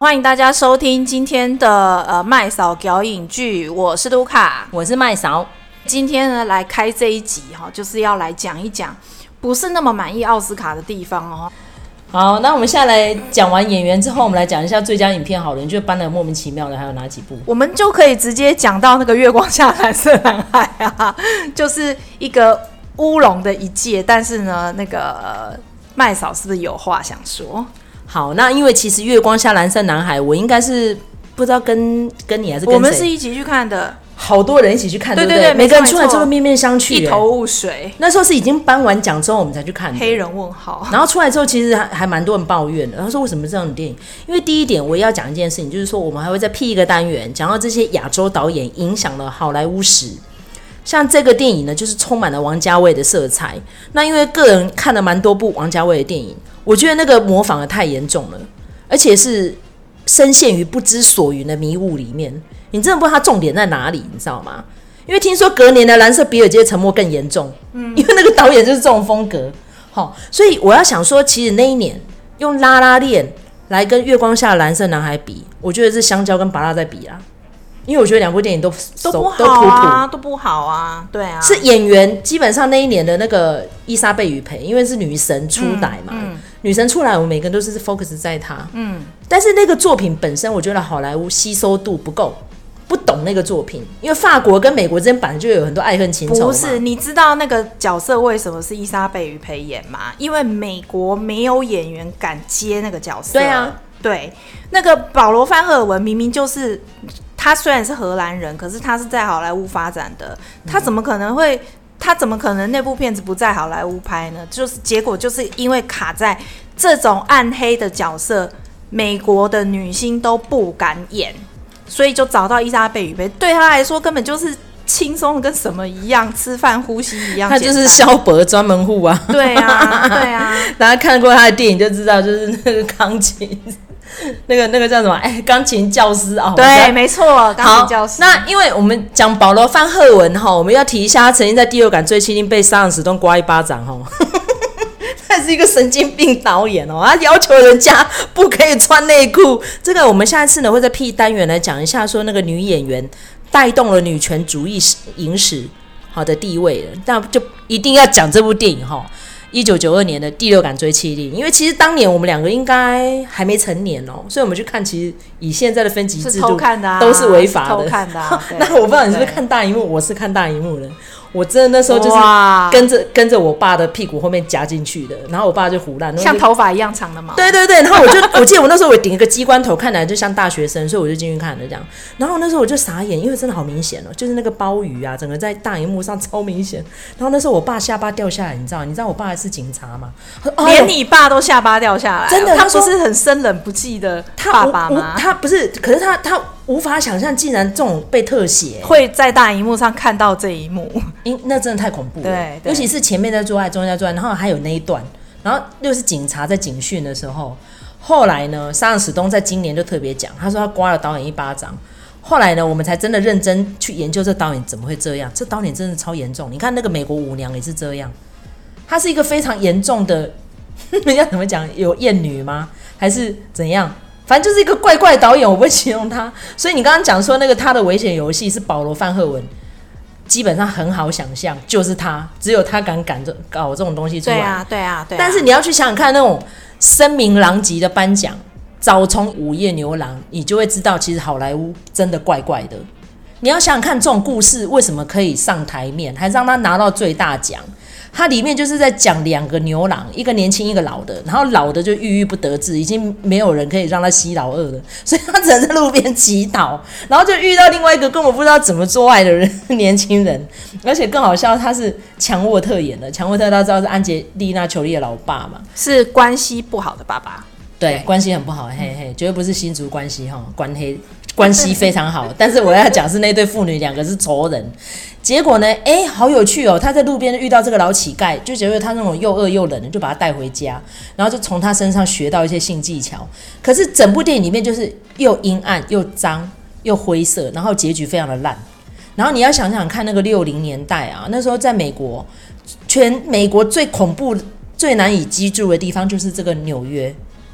欢迎大家收听今天的麦嫂表影剧，我是卢卡， 我是麦嫂。 今天呢来开这一集就是要来讲一讲不是那么满意奥斯卡的地方哦。 好，那我们下来讲完演员之后，我们来讲一下最佳影片好了。你觉得颁了莫名其妙的还有哪几部？ 我们就可以直接讲到那个月光下蓝色男孩啊，就是一个乌龙的一届，但是呢，那个麦嫂是不是有话想说？ 好，那因为其实月光下蓝色男孩，我应该是不知道跟你还是跟谁， 我们是一起去看的。 好多人一起去看，对不对？每个人出来之后面面相觑， 一头雾水。 那时候是已经颁完奖之后我们才去看的， 黑人问号。 然后出来之后，其实还蛮多人抱怨的。然后说为什么这样的电影？因为第一点，我也要讲一件事情，就是说我们还会再辟一个单元，讲到这些亚洲导演影响了好莱坞史。像这个电影呢，就是充满了王家卫的色彩。那因为个人看了蛮多部王家卫的电影，我觉得那个模仿的太严重了，而且是深陷于不知所云的迷雾里面。你真的不知道他重点在哪里，你知道吗？因为听说隔年的蓝色比尔街沉默更严重，因为那个导演就是这种风格，所以我要想说，其实那一年用拉拉链来跟月光下蓝色男孩比，我觉得是香蕉跟芭乐在比啦，因为我觉得两部电影都不好啊，都不好啊，对啊， 是演员基本上那一年的那个伊莎贝雨培，因为是女神出来嘛，女神出来，我们每个人都是 focus 在她，但是那个作品本身，我觉得好莱坞吸收度不够。不懂那个作品，因为法国跟美国之间本来就有很多爱恨情仇嘛。 不是，你知道那个角色为什么是伊莎贝雨培演吗？因为美国没有演员敢接那个角色。 对啊， 对，那个保罗·范赫尔文明明就是他虽然是荷兰人，可是他是在好莱坞发展的，他怎么可能那部片子不在好莱坞拍呢？就是结果就是因为卡在这种暗黑的角色，美国的女星都不敢演。所以就找到伊莎贝雨培，对他来说根本就是轻松的跟什么一样，吃饭呼吸一样。 他就是萧伯专门户啊。 对啊，对啊。 大家看过他的电影就知道，就是那个钢琴，那个叫什么？钢琴教师啊。 对，没错，钢琴教师。 那因为我们讲保罗·范赫文我们要提一下，他曾经在《第六感追妻令》被沙朗史东刮一巴掌他是一个神经病导演他要求人家不可以穿内裤。这个我们下一次呢会在 P 单元来讲一下，说那个女演员带动了女权主义影史好的地位了，但就一定要讲这部电影1992年的《第六感追妻令》，因为其实当年我们两个应该还没成年所以我们去看，其实以现在的分级制度都是违法的， 偷看的那我不知道你是不是看大荧幕，我是看大荧幕的。我真的那时候就是跟着我爸的屁股后面夹进去的，然后我爸就胡乱， 像头发一样长的毛。 对对对，然后我记得我那时候我顶一个机关头，看起来就像大学生，所以我就进去看了这样。然后那时候我就傻眼，因为真的好明显就是那个鲍鱼啊，整个在大荧幕上超明显。然后那时候我爸下巴掉下来，你知道我爸还是警察嘛， 连你爸都下巴掉下来， 真的， 他不是很生冷不忌的爸爸吗？ 他不是，可是他无法想象，竟然这种被特写会在大荧幕上看到这一幕， 那真的太恐怖了。对，尤其是前面在做爱，中间在做爱，然后还有那一段，然后又是警察在警讯的时候。后来呢，沙朗史东在今年就特别讲，他说他刮了导演一巴掌。后来呢，我们才真的认真去研究这导演怎么会这样。这导演真的超严重，你看那个美国舞娘也是这样，他是一个非常严重的，人家怎么讲，有艳女吗？还是怎样？反正就是一个怪怪的导演，我不会形容他。所以你刚刚讲说那个他的危险游戏是保罗·范赫文，基本上很好想象，就是他，只有他敢搞这种东西出来。 对啊。 但是你要去想想看，那种声名狼藉的颁奖，早从午夜牛郎，你就会知道，其实好莱坞真的怪怪的。你要想想看，这种故事为什么可以上台面，还让他拿到最大奖？它里面就是在讲两个牛郎，一个年轻一个老的，然后老的就郁郁不得志，已经没有人可以让他吸老二了，所以他只能在路边乞讨，然后就遇到另外一个根本不知道怎么做爱的年轻人，而且更好笑，他是强沃特演的，强沃特大家知道是安吉丽娜·裘丽的老爸嘛， 是关系不好的爸爸， 对，关系很不好，嘿嘿，绝对不是新竹关系关系非常好，但是我要讲是那对父女两个是仇人。结果呢，好有趣他在路边遇到这个老乞丐，就觉得他那种又饿又冷的，就把他带回家，然后就从他身上学到一些性技巧。可是整部电影里面就是又阴暗又脏又灰色，然后结局非常的烂。然后你要想想看，那个60年代啊，那时候在美国，全美国最恐怖、最难以居住的地方就是这个纽约。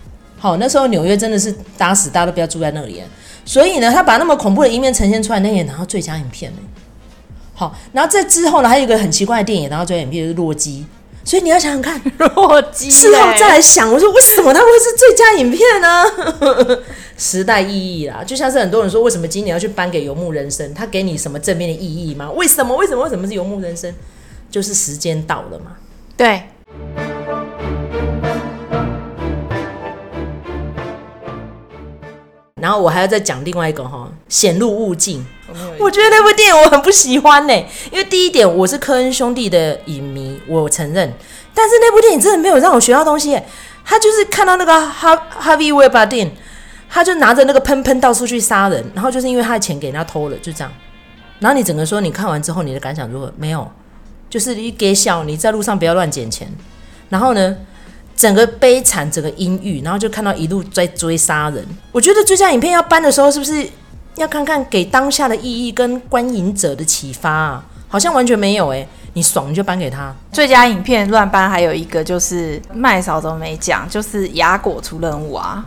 好，那时候纽约真的是打死大家都不要住在那里，所以呢，他把那么恐怖的一面呈现出来，那也拿到最佳影片了。好，然后在之后呢，还有一个很奇怪的电影拿到最佳影片，就是《洛基》。所以你要想想看， 洛基事后再来想，我说为什么它会是最佳影片呢？时代意义啦，就像是很多人说，为什么今年要去颁给《游牧人生》，他给你什么正面的意义吗？为什么是《游牧人生》？就是时间到了嘛。 对。 然后我还要再讲另外一个显露物境。我觉得那部电影我很不喜欢呢，因为第一点我是科恩兄弟的影迷，我承认，但是那部电影真的没有让我学到东西耶。他就是看到那个 Harvey Weinstein， 他就拿着那个喷到处去杀人，然后就是因为他的钱给人家偷了，就这样。然后你整个说你看完之后你的感想如何？没有，就是一给笑，你在路上不要乱捡钱。然后呢，整个悲惨，整个阴郁，然后就看到一路在追杀人。我觉得最佳影片要颁的时候，是不是要看看给当下的意义跟观影者的启发啊？好像完全没有耶。你爽你就颁给他。 最佳影片乱颁还有一个就是麦嫂都没讲，就是雅果出任务啊。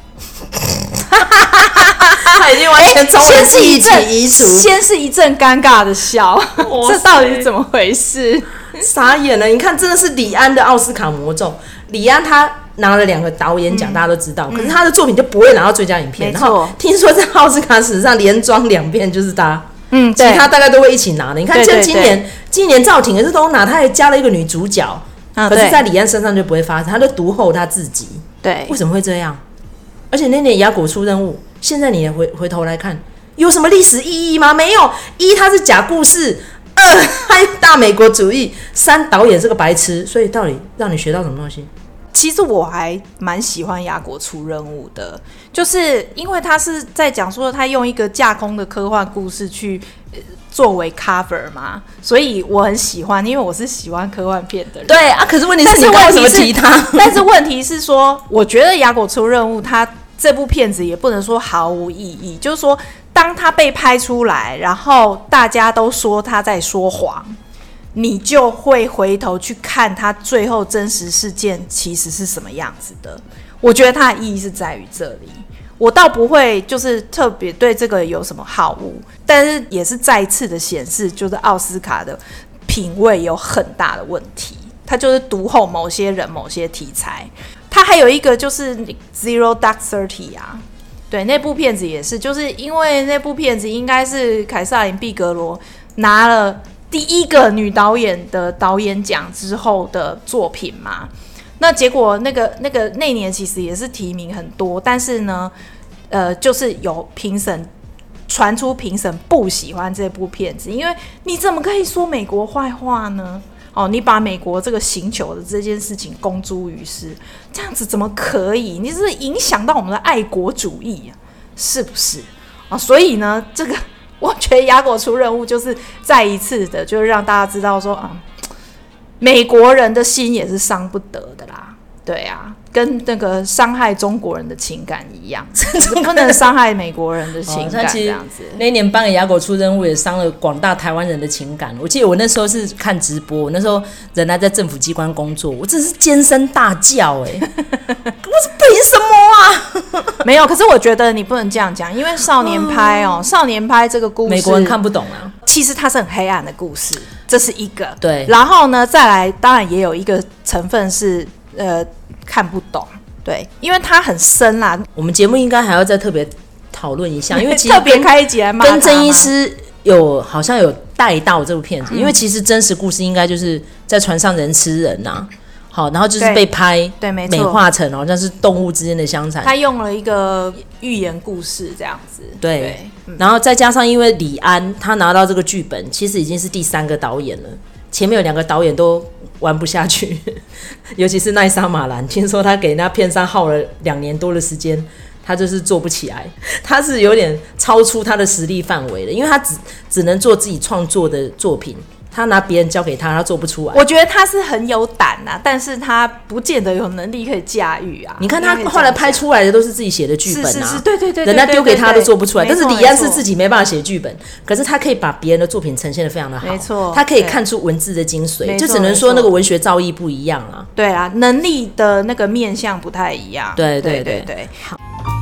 他已经完全从人记忆起移除， 先是一阵尴尬的笑，这到底是怎么回事？ 傻眼了！你看，真的是李安的奥斯卡魔咒。李安他拿了2个导演奖，大家都知道，可是他的作品就不会拿到最佳影片。然后听说在奥斯卡史上连庄2遍就是他，其他大概都会一起拿的。你看，像今年赵婷也是都拿，他还加了一个女主角，可是在李安身上就不会发生，他就独厚他自己。 对， 为什么会这样？而且那年雅果出任务，现在你也回头来看，有什么历史意义吗？没有。一，它是假故事；二，它大美国主义；三，导演是个白痴。所以到底让你学到什么东西？ 其实我还蛮喜欢雅果出任务的，就是因为他是在讲说他用一个架空的科幻故事去作为 cover 嘛，所以我很喜欢，因为我是喜欢科幻片的人。 对啊，可是问题是你为什么提他？ 但是问题是说，我觉得雅果出任务，他这部片子也不能说毫无意义，就是说，当他被拍出来，然后大家都说他在说谎，你就会回头去看他最后真实事件其实是什么样子的。我觉得它的意义是在于这里。我倒不会就是特别对这个有什么好恶，但是也是再一次的显示，就是奥斯卡的品味有很大的问题，它就是独厚某些人某些题材。它还有一个就是《Zero Dark 30》啊，对，那部片子也是，就是因为那部片子应该是凯瑟琳·毕格罗拿了第一个女导演的导演奖之后的作品嘛。那结果那年其实也是提名很多，但是呢，就是有评审传出评审不喜欢这部片子，因为你怎么可以说美国坏话呢？哦，你把美国这个刑求的这件事情公诸于世，这样子怎么可以？你是影响到我们的爱国主义啊，是不是？啊，所以呢，这个我觉得雅果出任务就是再一次的，就是让大家知道说啊。美国人的心也是伤不得的啦，对啊，跟那个伤害中国人的情感一样，不能伤害美国人的情感这样子。 那一年颁给雅果出任务，也伤了广大台湾人的情感。我记得我那时候是看直播，我那时候人还在政府机关工作，我真是尖声大叫我是凭什么啊？ 没有，可是我觉得你不能这样讲，因为少年派少年派这个故事， 美国人看不懂啊。 其实它是很黑暗的故事，这是一个。 对， 然后呢，再来，当然也有一个成分是看不懂，对，因为它很深啦。 我们节目应该还要再特别讨论一下，因为其实特别开一集来骂他， 跟郑医师好像有带到这部片子，因为其实真实故事应该就是在船上人吃人啊。好，然后就是被拍， 对，没错， 美化成好像是动物之间的相残。 他用了一个寓言故事这样子， 对，然后再加上因为李安他拿到这个剧本，其实已经是第3个导演了，前面有2个导演都玩不下去，尤其是奈莎马兰，听说他给人家片商耗了2年多的时间，他就是做不起来，他是有点超出他的实力范围了，因为他只能做自己创作的作品。 他拿别人交给他，他做不出来。 我觉得他是很有胆啊，但是他不见得有能力可以驾驭啊。 你看他后来拍出来的都是自己写的剧本啊， 是，对， 人家丢给他都做不出来。但是李安是自己没办法写剧本，可是他可以把别人的作品呈现得非常的好， 没错， 他可以看出文字的精髓，就只能说那个文学造诣不一样啊。 对啊，能力的那个面向不太一样。对，好。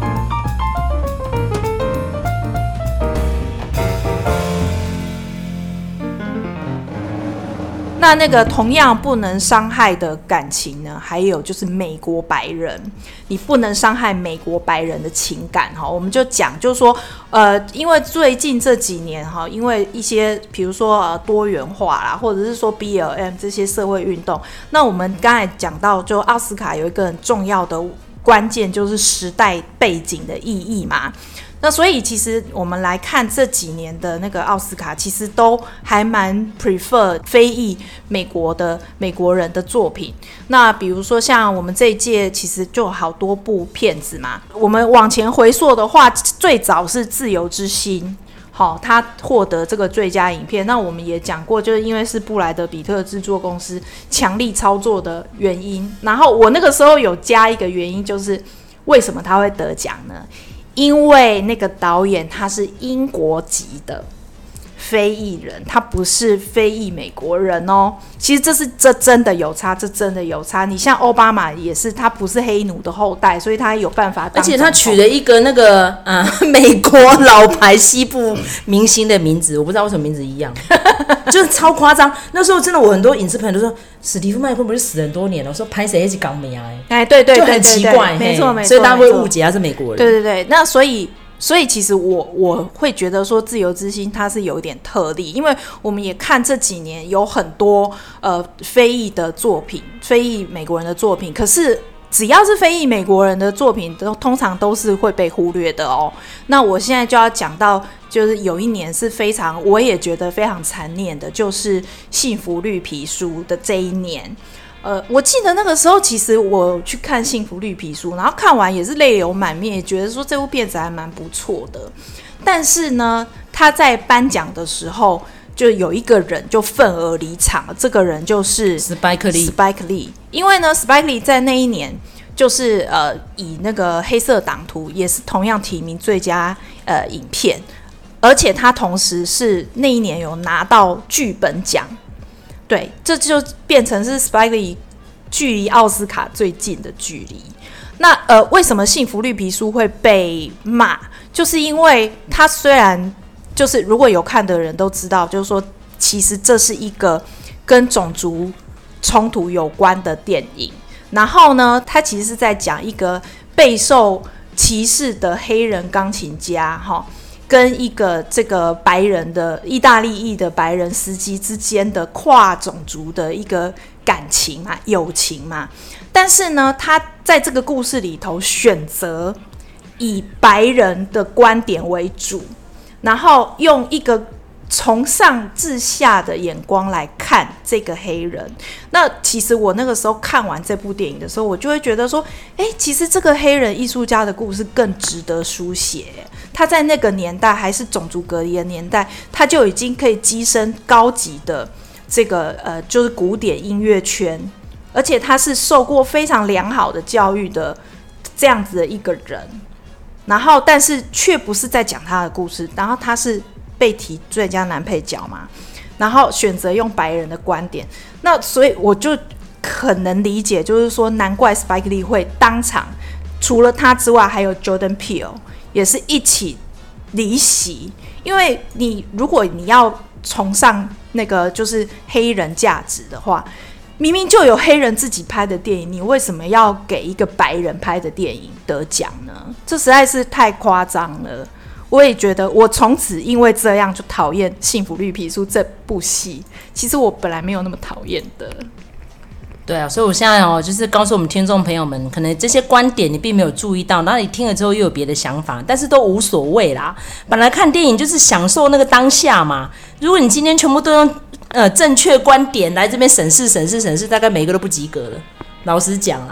那个同样不能伤害的感情呢，还有就是美国白人，你不能伤害美国白人的情感哈。我们就讲，就是说，因为最近这几年哈，因为一些比如说多元化啦，或者是说 BLM 这些社会运动，那我们刚才讲到，就奥斯卡有一个很重要的关键，就是时代背景的意义嘛。那所以其实我们来看这几年的那个奥斯卡，其实都还蛮 prefer 非裔美国人的作品。那比如说像我们这一届其实就有好多部片子嘛，我们往前回溯的话，最早是《自由之心》。好，他获得这个最佳影片，那我们也讲过，就是因为是布莱德比特制作公司强力操作的原因。然后我那个时候有加一个原因，就是为什么他会得奖呢？因为那个导演他是英国籍的非裔人，他不是非裔美国人哦。其实这真的有差，这真的有差。你像奥巴马也是，他不是黑奴的后代，所以他有办法当总统。 而且他取了一个那个美国老牌西部明星的名字，我不知道为什么名字一样，就是超夸张。那时候真的，我很多影视朋友都说，史蒂夫麦昆不是死很多年了，我说拍谁是港美啊？ 哎，对， 就很奇怪， 没错， 所以大家会误解他是美国人。 对，那所以其实我会觉得说《自由之心》它是有一点特例，因为我们也看这几年有很多非裔的作品，非裔美国人的作品，可是只要是非裔美国人的作品，通常都是会被忽略的哦。那我现在就要讲到，就是有一年是非常，我也觉得非常残念的，就是《幸福绿皮书》的这一年。我记得那个时候，其实我去看《幸福绿皮书》，然后看完也是泪流满面，也觉得说这部片子还蛮不错的。但是呢，他在颁奖的时候，就有一个人就愤而离场，这个人就是 Spike Lee。 因为呢 ，Spike Lee 在那一年就是以那个《黑色党徒》也是同样提名最佳影片，而且他同时是那一年有拿到剧本奖。对，这就变成是 Spike Lee 距离奥斯卡最近的距离。那为什么《幸福绿皮书》会被骂？就是因为它虽然就是如果有看的人都知道，就是说其实这是一个跟种族冲突有关的电影。然后呢，它其实是在讲一个备受歧视的黑人钢琴家哈。跟一个这个白人的意大利裔的白人司机之间的跨种族的一个感情嘛，友情嘛。但是呢，他在这个故事里头选择以白人的观点为主，然后用一个从上至下的眼光来看这个黑人。那其实我那个时候看完这部电影的时候，我就会觉得说，其实这个黑人艺术家的故事更值得书写。他在那个年代还是种族隔离的年代，他就已经可以跻身高级的这个就是古典音乐圈，而且他是受过非常良好的教育的这样子的一个人。然后但是却不是在讲他的故事，然后他是被提最佳男配角嘛，然后选择用白人的观点。那所以我就很能理解，就是说难怪 Spike Lee 会当场，除了他之外还有 Jordan Peele 也是一起离席。因为如果你要崇尚那个就是黑人价值的话，明明就有黑人自己拍的电影，你为什么要给一个白人拍的电影得奖呢？这实在是太夸张了。我也觉得我从此因为这样就讨厌《幸福绿皮书》这部戏，其实我本来没有那么讨厌的。 对啊，所以我现在就是告诉我们听众朋友们，可能这些观点你并没有注意到，然后你听了之后又有别的想法，但是都无所谓啦。本来看电影就是享受那个当下嘛。如果你今天全部都用正确观点来这边审视，大概每一个都不及格了。老实讲啦，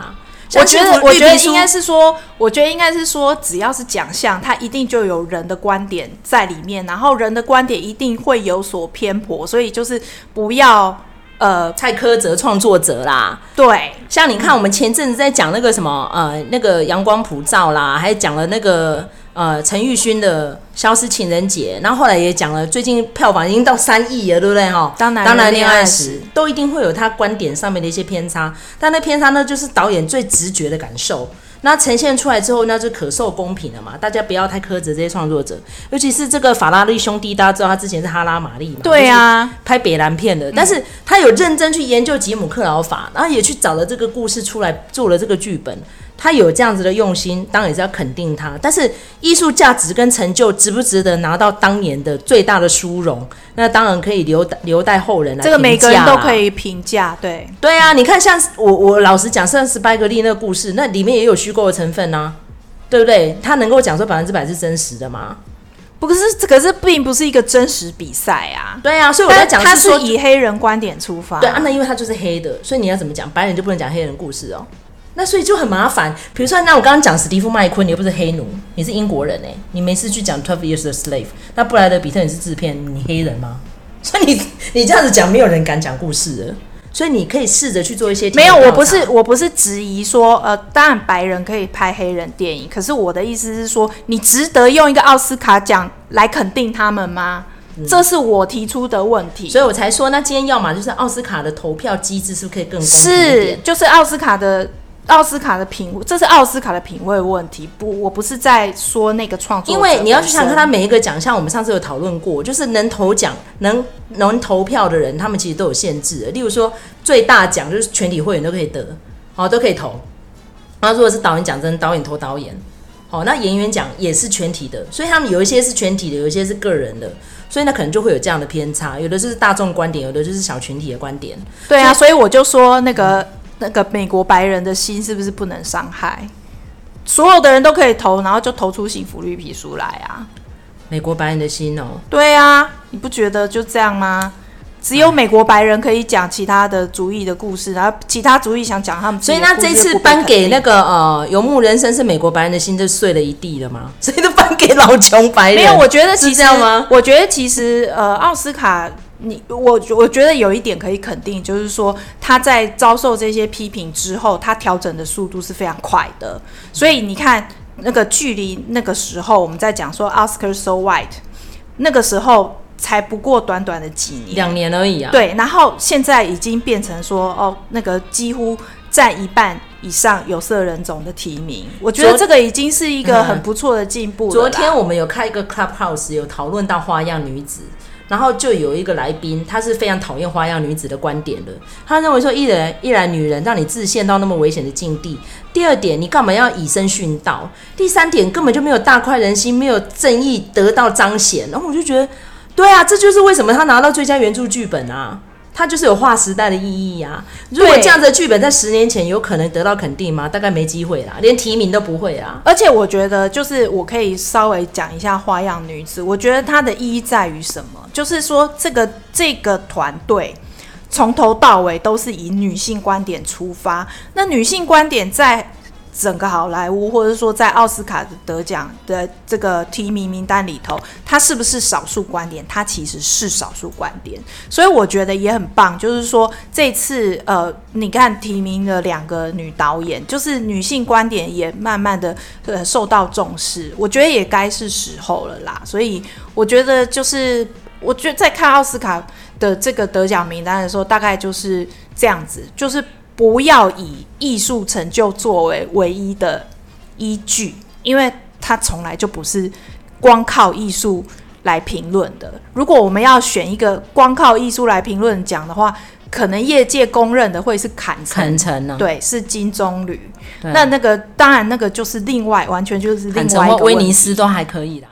我觉得应该是说，只要是奖项，它一定就有人的观点在里面，然后人的观点一定会有所偏颇，所以就是不要太苛责创作者啦。 对， 像你看，我们前阵子在讲那个什么那个阳光普照啦，还讲了那个陈玉勋的《消失情人节》，然后后来也讲了，最近票房已经到3亿了，对不对？ 当然恋爱时都一定会有他观点上面的一些偏差，但那偏差呢，就是导演最直觉的感受。那呈现出来之后，那就可受公平了嘛？大家不要太苛责这些创作者，尤其是这个法拉利兄弟，大家知道他之前是哈拉玛丽嘛？ 对啊， 拍北兰片的，但是他有认真去研究吉姆克劳法，然后也去找了这个故事出来，做了这个剧本。他有这样子的用心，当然也是要肯定他。但是艺术价值跟成就值不值得拿到当年的最大的殊荣，那当然可以留待后人来评价。 这个每个人都可以评价， 对啊，你看像我老实讲，像史派格利那个故事，那里面也有虚构的成分啊，对不对？他能够讲说100%是真实的吗？ 可是并不是一个真实比赛啊。 对啊，所以我在讲他是以黑人观点出发。 对啊，那因为他就是黑的，所以你要怎么讲？白人就不能讲黑人故事哦。那所以就很麻烦。比如说，那我刚刚讲史蒂夫麦昆，你又不是黑奴，你是英国人你没事去讲12 Years a Slave。那布莱德比特你是制片，你黑人吗？所以你这样子讲，没有人敢讲故事了。所以你可以试着去做一些没有，我不是质疑说，当然白人可以拍黑人电影，可是我的意思是说，你值得用一个奥斯卡奖来肯定他们吗？这是我提出的问题， 所以我才说，那今天要嘛就是奥斯卡的投票机制是不是可以更公平一点？ 是，就是奥斯卡的品味，这是奥斯卡的品味问题。我不是在说那个创作者， 因为你要去想看他每一个奖项，我们上次有讨论过，就是能投奖、能投票的人，他们其实都有限制的。例如说，最大奖就是全体会员都可以得，都可以投。然后如果是导演奖，真导演投导演。那演员奖也是全体的，所以他们有一些是全体的，有一些是个人的，所以那可能就会有这样的偏差。有的就是大众观点，有的就是小群体的观点。 对啊，所以我就说那个美国白人的心是不是不能伤害？所有的人都可以投，然后就投出幸福绿皮书来啊！ 美国白人的心对啊，你不觉得就这样吗？只有美国白人可以讲其他的族裔的故事，然后其他族裔想讲他们自己的故事。 所以那这次颁给那个游牧人生是美国白人的心就碎了一地了吗？所以都颁给老穷白人？ 没有，我觉得其实是这样吗？ 我觉得其实奥斯卡。我觉得有一点可以肯定，就是说他在遭受这些批评之后，他调整的速度是非常快的。所以你看，那个距离那个时候，我们在讲说 Oscar So White， 那个时候才不过短短的几年，2 年而已啊。 对，然后现在已经变成说，那个几乎占一半以上有色人种的提名，我觉得这个已经是一个很不错的进步了。 昨天我们有开一个 Clubhouse， 有讨论到花样女子。然后就有一个来宾，他是非常讨厌花样女子的观点的。他认为说，一来女人让你自陷到那么危险的境地；第二点，你干嘛要以身殉道；第三点，根本就没有大快人心，没有正义得到彰显。然后我就觉得，对啊，这就是为什么他拿到最佳原著剧本啊。它就是有划时代的意义啊！如果这样子的剧本在10年前有可能得到肯定吗？大概没机会啦，连提名都不会啦。 而且我觉得，就是我可以稍微讲一下《花样女子》，我觉得它的意义在于什么？就是说，这个团队从头到尾都是以女性观点出发。那女性观点在整个好莱坞，或者说在奥斯卡的得奖的这个提名名单里头，它是不是少数观点？它其实是少数观点，所以我觉得也很棒。就是说这次你看提名了2个女导演，就是女性观点也慢慢的受到重视，我觉得也该是时候了啦。所以我觉得我觉得在看奥斯卡的这个得奖名单的时候，大概就是这样子，就是不要以艺术成就作为唯一的依据，因为它从来就不是光靠艺术来评论的。如果我们要选一个光靠艺术来评论奖的话，可能业界公认的会是坎城、对，是金棕榈。那个当然那个就是完全就是另外一个问题。坎城或威尼斯都还可以啦。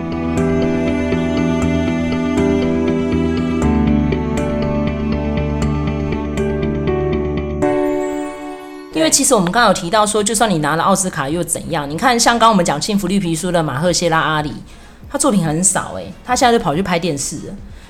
因为其实我们刚刚有提到说，就算你拿了奥斯卡又怎样？你看，像刚我们讲《幸福绿皮书》的马赫谢拉阿里，他作品很少他现在就跑去拍电视了。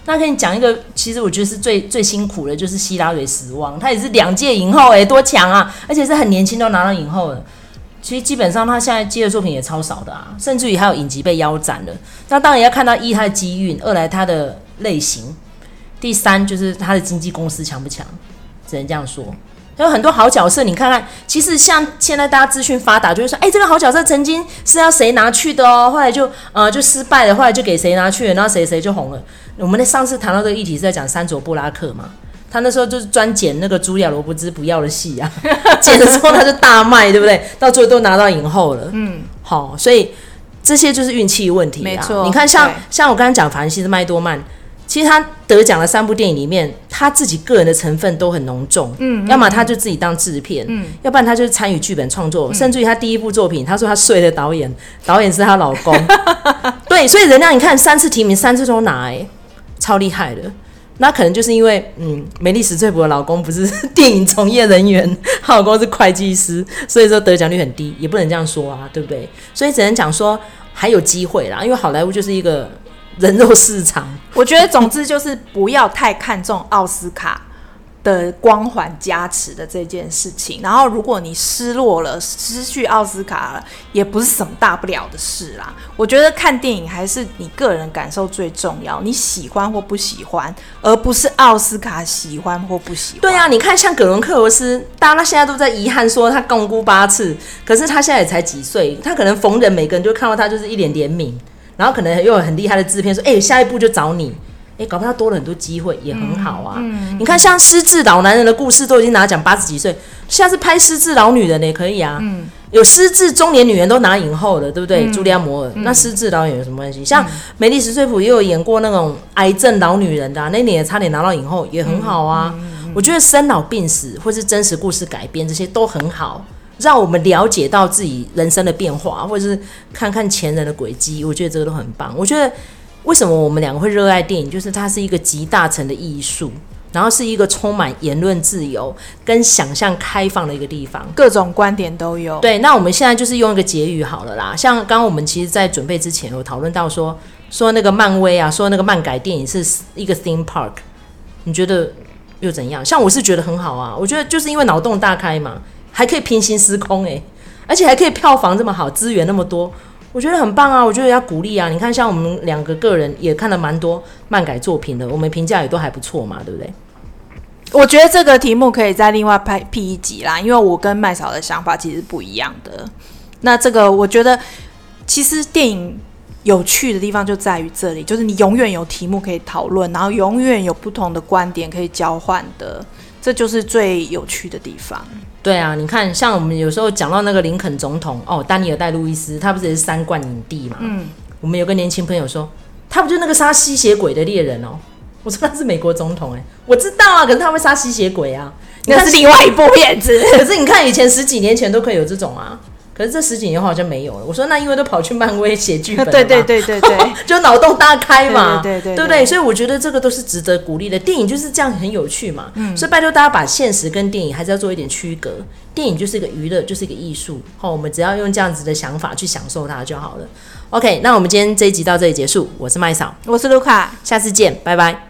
那跟你讲一个，其实我觉得是最辛苦的，就是希拉蕊死亡，他也是2届影后多强啊！而且是很年轻都拿到影后了。其实基本上他现在接的作品也超少的啊，甚至于还有影集被腰斩了。那当然要看到一他的机运，二来他的类型，第三就是他的经纪公司强不强，只能这样说。有很多好角色，你看看，其实像现在大家资讯发达，就会说，这个好角色曾经是要谁拿去的哦，后来就失败了，后来就给谁拿去了，然后谁就红了。我们上次谈到这个议题是在讲山卓布拉克嘛，他那时候就是专剪那个茱莉亚罗伯兹不要的戏啊，剪了之后他就大卖，对不对？到最后都拿到影后了，好，所以这些就是运气问题啊。 没错， 你看像我刚才讲法兰西斯麦多曼。其实他得奖的3部电影里面，他自己个人的成分都很浓重，要么他就自己当制片，要不然他就是参与剧本创作，甚至于他第一部作品，他说他睡了导演是他老公，对，所以人家你看3次提名3次都拿，超厉害的。那可能就是因为，梅丽史翠普的老公不是电影从业人员，她老公是会计师，所以说得奖率很低，也不能这样说啊，对不对？所以只能讲说还有机会啦，因为好莱坞就是一个人肉市场。 我觉得总之就是不要太看重奥斯卡的光环加持的这件事情，然后如果你失落了，失去奥斯卡了，也不是什么大不了的事啦。我觉得看电影还是你个人感受最重要，你喜欢或不喜欢，而不是奥斯卡喜欢或不喜欢。 对啊，你看像葛伦克罗斯，大家现在都在遗憾说他共辜8次，可是他现在也才几岁，他可能逢人每个人就看到他就是一脸怜悯。然后可能又有很厉害的制片说，下一步就找你，搞不好多了很多机会，也很好啊。你看像失智老男人的故事都已经拿奖80几岁，下次拍失智老女人也可以啊。有失智中年女人都拿影后了，对不对？茱莉亚摩尔，那失智导演有什么关系？像梅丽史翠普也有演过那种癌症老女人的那年也差点拿到影后，也很好啊。我觉得生老病死或是真实故事改编这些都很好。让我们了解到自己人生的变化，或者是看看前人的轨迹，我觉得这个都很棒。我觉得为什么我们2个会热爱电影，就是它是一个集大成的艺术，然后是一个充满言论自由跟想象开放的一个地方， 各种观点都有。 对，那我们现在就是用一个结语好了啦。像刚刚我们其实在准备之前有讨论到说那个漫威啊，说那个漫改电影是一个 theme park， 你觉得又怎样？像我是觉得很好啊，我觉得就是因为脑洞大开嘛。还可以平行时空而且还可以票房这么好，资源那么多，我觉得很棒啊！我觉得要鼓励啊！你看，像我们2个个人也看了蛮多漫改作品的，我们评价也都还不错嘛，对不对？ 我觉得这个题目可以再另外辟一集啦，因为我跟麦嫂的想法其实不一样的。那这个我觉得，其实电影有趣的地方就在于这里，就是你永远有题目可以讨论，然后永远有不同的观点可以交换的，这就是最有趣的地方。 对啊，你看，像我们有时候讲到那个林肯总统丹尼尔戴路易斯，他不是也是3冠影帝嘛？我们有个年轻朋友说，他不就那个杀吸血鬼的猎人我说他是美国总统我知道啊，可是他会杀吸血鬼啊， 那是另外一部片子。 可是你看以前10几年前都可以有这种啊。可是这10几年后好像没有了。我说那因为都跑去漫威写剧本了嘛， 对， 就脑洞大开嘛， 对不对？所以我觉得这个都是值得鼓励的。电影就是这样很有趣嘛，所以拜托大家把现实跟电影还是要做一点区隔。电影就是一个娱乐，就是一个艺术，我们只要用这样子的想法去享受它就好了。OK， 那我们今天这一集到这里结束。我是麦嫂， 我是卢卡， 下次见，拜拜。